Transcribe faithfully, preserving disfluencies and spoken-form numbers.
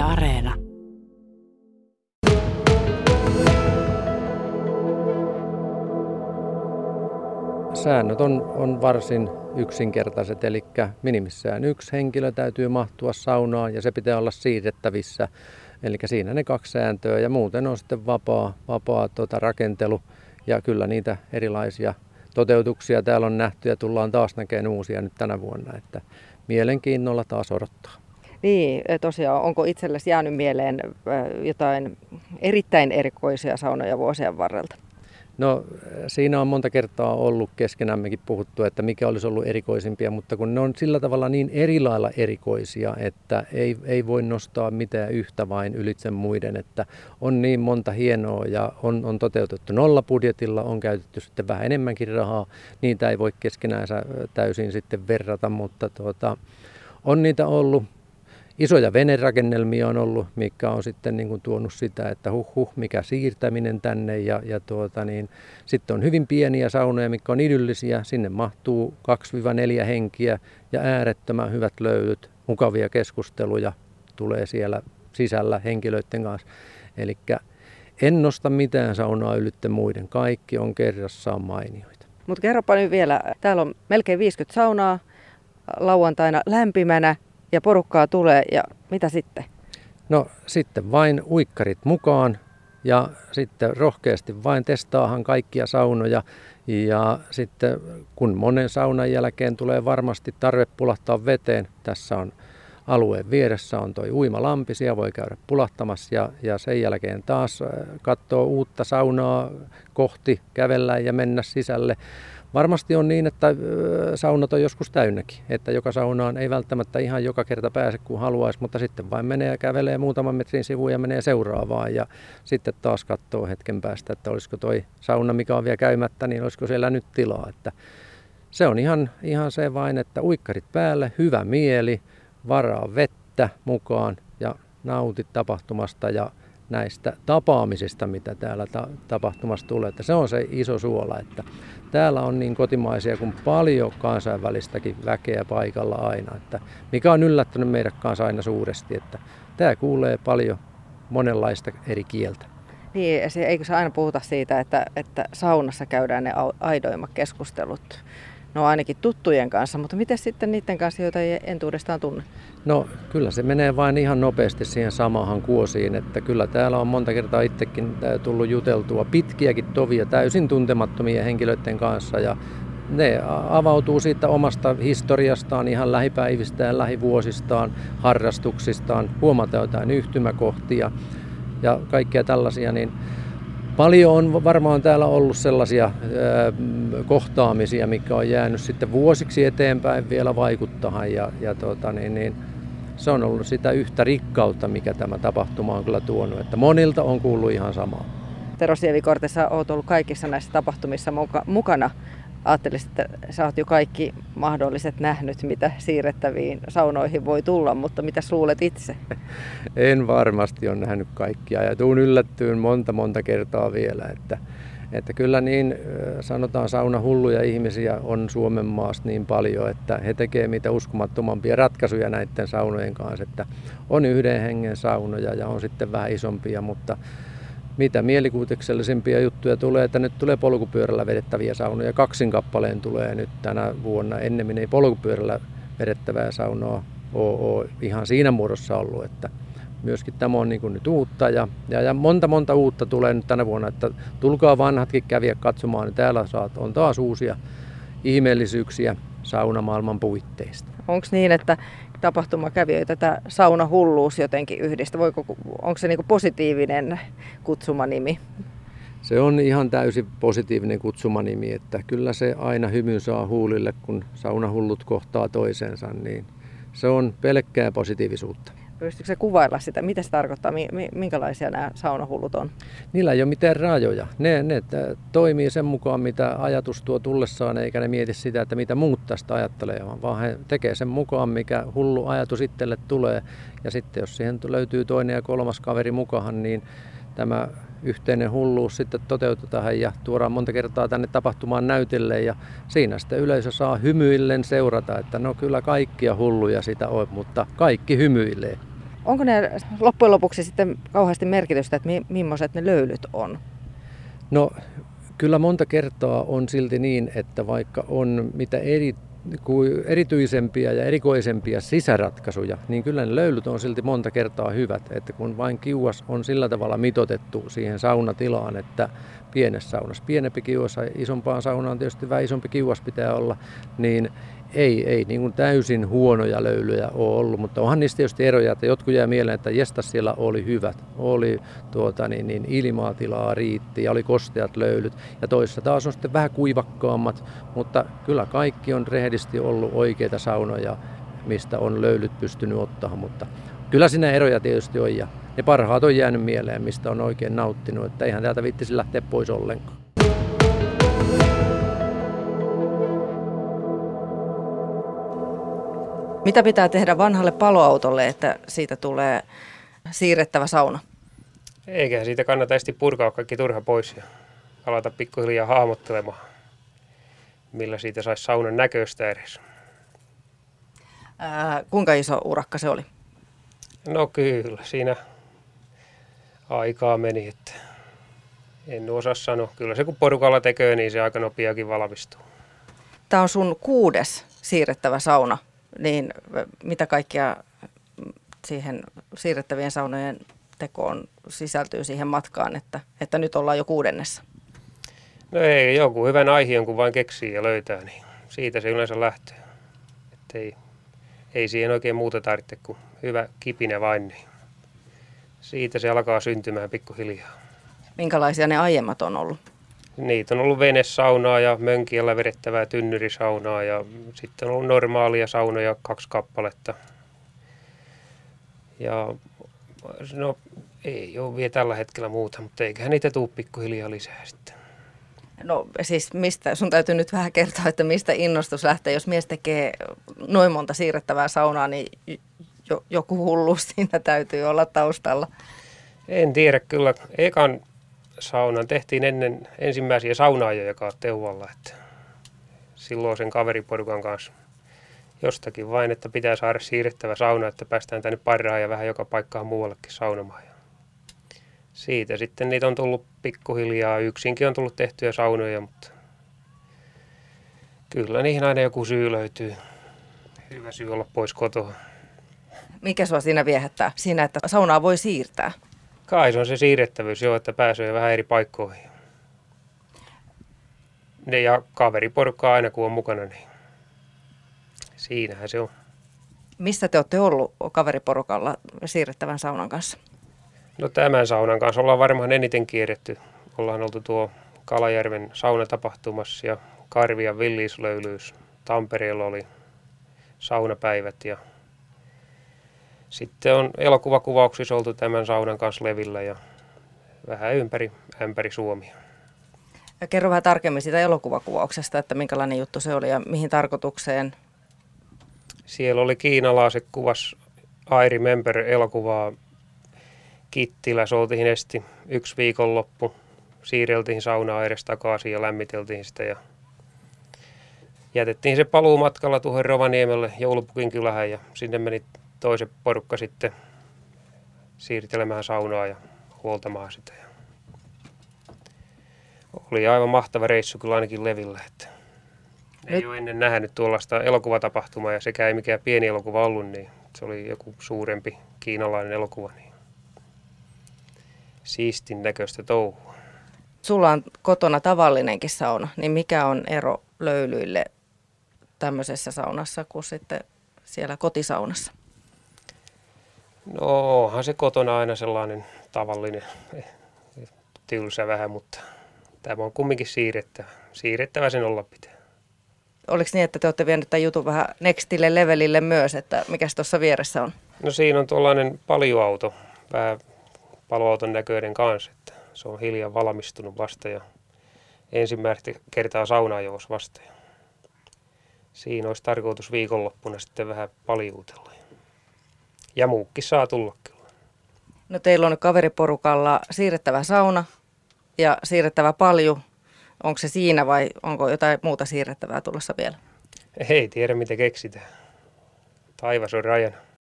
Areena. Säännöt on, on varsin yksinkertaiset, eli minimissään yksi henkilö täytyy mahtua saunaan ja se pitää olla siirrettävissä. Eli siinä ne kaksi sääntöä ja muuten on sitten vapaa, vapaa tuota, rakentelu ja kyllä niitä erilaisia toteutuksia täällä on nähty ja tullaan taas näkemään uusia nyt tänä vuonna, että mielenkiinnolla taas odottaa. Niin, tosiaan, onko itsellesi jäänyt mieleen jotain erittäin erikoisia saunoja vuosien varrelta? No siinä on monta kertaa ollut keskenämmekin puhuttu, että mikä olisi ollut erikoisimpia, mutta kun ne on sillä tavalla niin eri lailla erikoisia, että ei, ei voi nostaa mitään yhtä vain ylitse muiden, että on niin monta hienoa ja on, on toteutettu nollabudjetilla, on käytetty sitten vähän enemmänkin rahaa, niitä ei voi keskenään täysin sitten verrata, mutta tuota, on niitä ollut. Isoja venerakennelmia on ollut, mikä on sitten niin kuin tuonut sitä, että huh huh, mikä siirtäminen tänne. Ja, ja tuota niin, sitten on hyvin pieniä saunoja, mikä on idyllisiä. Sinne mahtuu kaksi neljä henkiä ja äärettömän hyvät löydyt. Mukavia keskusteluja tulee siellä sisällä henkilöiden kanssa. Eli en nosta mitään saunaa ylitse muiden. Kaikki on kerrassaan mainioita. Mutta kerropa nyt vielä, täällä on melkein viisikymmentä saunaa lauantaina lämpimänä. Ja porukkaa tulee ja mitä sitten? No sitten vain uikkarit mukaan ja sitten rohkeasti vain testaahan kaikkia saunoja. Ja sitten kun monen saunan jälkeen tulee varmasti tarve pulahtaa veteen, tässä on alueen vieressä on toi uimalampi, siellä voi käydä pulahtamassa ja, ja sen jälkeen taas katsoo uutta saunaa kohti, kävellä ja mennä sisälle. Varmasti on niin, että saunat on joskus täynnäkin, että joka saunaan ei välttämättä ihan joka kerta pääse kuin haluaisi, mutta sitten vain menee ja kävelee muutaman metrin sivuun ja menee seuraavaan ja sitten taas katsoo hetken päästä, että olisiko toi sauna, mikä on vielä käymättä, niin olisiko siellä nyt tilaa. Että se on ihan, ihan se vain, että uikkarit päälle, hyvä mieli, varaa vettä mukaan ja nautit tapahtumasta ja näistä tapaamisista, mitä täällä ta- tapahtumassa tulee. Että se on se iso suola, että täällä on niin kotimaisia kuin paljon kansainvälistäkin väkeä paikalla aina, että mikä on yllättänyt meidät kanssa aina suuresti, että tämä kuulee paljon monenlaista eri kieltä. Niin, eikö se aina puhuta siitä, että, että saunassa käydään ne aidoimmat keskustelut? No ainakin tuttujen kanssa, mutta miten sitten niiden kanssa, joita ei entuudestaan tunne? No kyllä se menee vain ihan nopeasti siihen samahan kuosiin, että kyllä täällä on monta kertaa itsekin tullut juteltua pitkiäkin tovia täysin tuntemattomien henkilöiden kanssa ja ne avautuu siitä omasta historiastaan, ihan lähipäivistään, lähivuosistaan, harrastuksistaan, huomataan jotain yhtymäkohtia ja kaikkea tällaisia, niin paljon on varmaan täällä ollut sellaisia ää, kohtaamisia, mikä on jäänyt sitten vuosiksi eteenpäin vielä vaikuttamaan ja, ja tota, niin, niin, se on ollut sitä yhtä rikkautta, mikä tämä tapahtuma on kyllä tuonut, että monilta on kuullut ihan samaa. Tero Sievikorte, sä oot ollut kaikissa näissä tapahtumissa muka, mukana. Ajattelisin, että sä oot jo kaikki mahdolliset nähnyt, mitä siirrettäviin saunoihin voi tulla, mutta mitä luulet itse? En varmasti ole nähnyt kaikkia ja tuun yllättyyn monta monta kertaa vielä, että, että kyllä niin sanotaan saunahulluja ihmisiä on Suomen maassa niin paljon, että he tekevät mitä uskomattomampia ratkaisuja näiden saunojen kanssa, että on yhden hengen saunoja ja on sitten vähän isompia, mutta mitä mielikuvituksellisempia juttuja tulee, että nyt tulee polkupyörällä vedettäviä saunoja. Kaksin kappaleen tulee nyt tänä vuonna. Ennemmin ei polkupyörällä vedettävää saunoa ole ihan siinä muodossa ollut. Että myöskin tämä on niin kuin nyt uutta ja, ja, ja monta monta uutta tulee nyt tänä vuonna. Että tulkaa vanhatkin kävijät katsomaan, niin täällä saat, on taas uusia ihmeellisyyksiä saunamaailman puitteista. Onko niin, että tapahtumakävijöitä tämä saunahulluus jotenkin yhdistä? Voiko, onko se niin kuin positiivinen kutsumanimi? Se on ihan täysin positiivinen kutsumanimi, että kyllä se aina hymyn saa huulille, kun saunahullut kohtaa toisensa, niin se on pelkkää positiivisuutta. Pystytkö se kuvailla sitä? Mitä se tarkoittaa? Minkälaisia nämä saunahullut on? Niillä ei ole mitään rajoja. Ne, ne toimii sen mukaan, mitä ajatus tuo tullessaan, eikä ne mieti sitä, että mitä muut tästä ajattelee, vaan he tekee sen mukaan, mikä hullu ajatus itselle tulee. Ja sitten jos siihen löytyy toinen ja kolmas kaveri mukaan, niin tämä yhteinen hulluus sitten toteutetaan ja tuodaan monta kertaa tänne tapahtumaan näytille ja siinä sitten yleisö saa hymyillen seurata, että no kyllä kaikkia hulluja sitä on, mutta kaikki hymyilee. Onko ne loppujen lopuksi sitten kauheasti merkitystä, että mi- millaiset ne löylyt on? No kyllä monta kertaa on silti niin, että vaikka on mitä eri, erityisempiä ja erikoisempia sisäratkaisuja, niin kyllä ne löylyt on silti monta kertaa hyvät. Että kun vain kiuas on sillä tavalla mitotettu siihen saunatilaan, että pienessä saunassa pienempi kiuas, isompaan saunaan tietysti vähän isompi kiuas pitää olla, niin ei, ei niin kuin täysin huonoja löylyjä ole ollut, mutta onhan niistä tietysti eroja, että jotkut jää mieleen, että jestas siellä oli hyvät, oli tuota, niin, niin ilmatilaa riitti ja oli kosteat löylyt ja toissa taas on sitten vähän kuivakkaammat, mutta kyllä kaikki on rehdisti ollut oikeita saunoja, mistä on löylyt pystynyt ottamaan, mutta kyllä siinä eroja tietysti on ja ne parhaat on jäänyt mieleen, mistä on oikein nauttinut, että eihän täältä viittisi lähteä pois ollenkaan. Mitä pitää tehdä vanhalle paloautolle, että siitä tulee siirrettävä sauna? Eikä siitä kannata esti purkaa kaikki turha pois ja alata pikkuhiljaa hahmottelemaan, millä siitä saisi saunan näköistä edes. Ää, kuinka iso urakka se oli? No kyllä, siinä aikaa meni, että en osaa sanoa. Kyllä se kun porukalla tekee, niin se aika nopeakin valmistuu. Tämä on sun kuudes siirrettävä sauna. Niin mitä kaikkea siihen siirrettävien saunojen tekoon sisältyy siihen matkaan, että, että nyt ollaan jo kuudennessa? No ei, joku hyvän aiheen kun vain keksii ja löytää, niin siitä se yleensä lähtee. Että ei, ei siihen oikein muuta tarvitse kuin hyvä kipinä vain, niin siitä se alkaa syntymään pikkuhiljaa. Minkälaisia ne aiemmat on ollut? Niitä on ollut venesaunaa ja mönkiellä vedettävää tynnyrisaunaa ja sitten on ollut normaalia saunoja kaksi kappaletta. Ja no ei ole vielä tällä hetkellä muuta, mutta eiköhän niitä tuu pikkuhiljaa lisää sitten. No siis mistä, sun täytyy nyt vähän kertoa, että mistä innostus lähtee. Jos mies tekee noin monta siirrettävää saunaa, niin jo, joku hulluus siinä täytyy olla taustalla. En tiedä kyllä. Ekan saunan tehtiin ennen ensimmäisiä saunaajoja, joka on Teuvalla, että silloin sen kaveriporukan kanssa jostakin vain, että pitää saada siirrettävä sauna, että päästään tänne parhaan ja vähän joka paikkaan muuallekin saunomaan. Ja siitä sitten niitä on tullut pikkuhiljaa. Yksinkin on tullut tehtyjä saunoja, mutta kyllä niihin aina joku syy löytyy. Hyvä syy olla pois kotoa. Mikä sua siinä viehättää? Siinä, että saunaa voi siirtää. Kai se on se siirrettävyys jo, että pääsee vähän eri paikkoihin. Ne ja kaveriporukkaa aina kun on mukana, niin siinähän se on. Missä te olette ollut kaveriporukalla siirrettävän saunan kanssa? No tämän saunan kanssa ollaan varmaan eniten kierretty. Ollaan oltu tuo Kalajärven saunatapahtumassa ja Karvian villislöylyys. Tampereella oli saunapäivät ja sitten on elokuvakuvauksissa oltu tämän saunan kanssa levillä ja vähän ympäri, ämpäri Suomia. Ja kerro vähän tarkemmin siitä elokuvakuvauksesta, että minkälainen juttu se oli ja mihin tarkoitukseen? Siellä oli kiinalaiset kuvas I Remember -elokuvaa Kittilässä. Oltiin esti yksi viikonloppu. Siirreltiin saunaa edes takaisin ja lämmiteltiin sitä ja jätettiin se paluumatkalla tuohon Rovaniemelle Joulupukin kylähän ja sinne meni toisen porukka sitten siirtelemään saunaa ja huoltamaan sitä. Oli aivan mahtava reissu kyllä ainakin levillä. Että ei ole ennen nähnyt tuollaista elokuvatapahtumaa ja sekä ei mikään pieni elokuva ollut, niin se oli joku suurempi kiinalainen elokuva. Niin siistin näköistä touhua. Sulla on kotona tavallinenkin sauna, niin mikä on ero löylyille tämmöisessä saunassa kuin sitten siellä kotisaunassa? No onhan se kotona aina sellainen tavallinen, tylsä vähän, mutta tämä on kumminkin siirrettävä. Siirrettävä sen olla pitää. Oliko niin, että te olette vienyt tämän jutun vähän nextille levelille myös, että mikäs tuossa vieressä on? No siinä on tuollainen paljuauto, vähän paloauton näköinen kanssa, että se on hiljan valmistunut vasta ja ensimmäistä kertaa saunaajoos vasta. Siinä olisi tarkoitus viikonloppuna sitten vähän paljuutella. Ja muukin saa tulla kyllä. No teillä on nyt kaveriporukalla siirrettävä sauna ja siirrettävä palju. Onko se siinä vai onko jotain muuta siirrettävää tulossa vielä? Ei tiedä mitä keksitään. Taivas on rajana.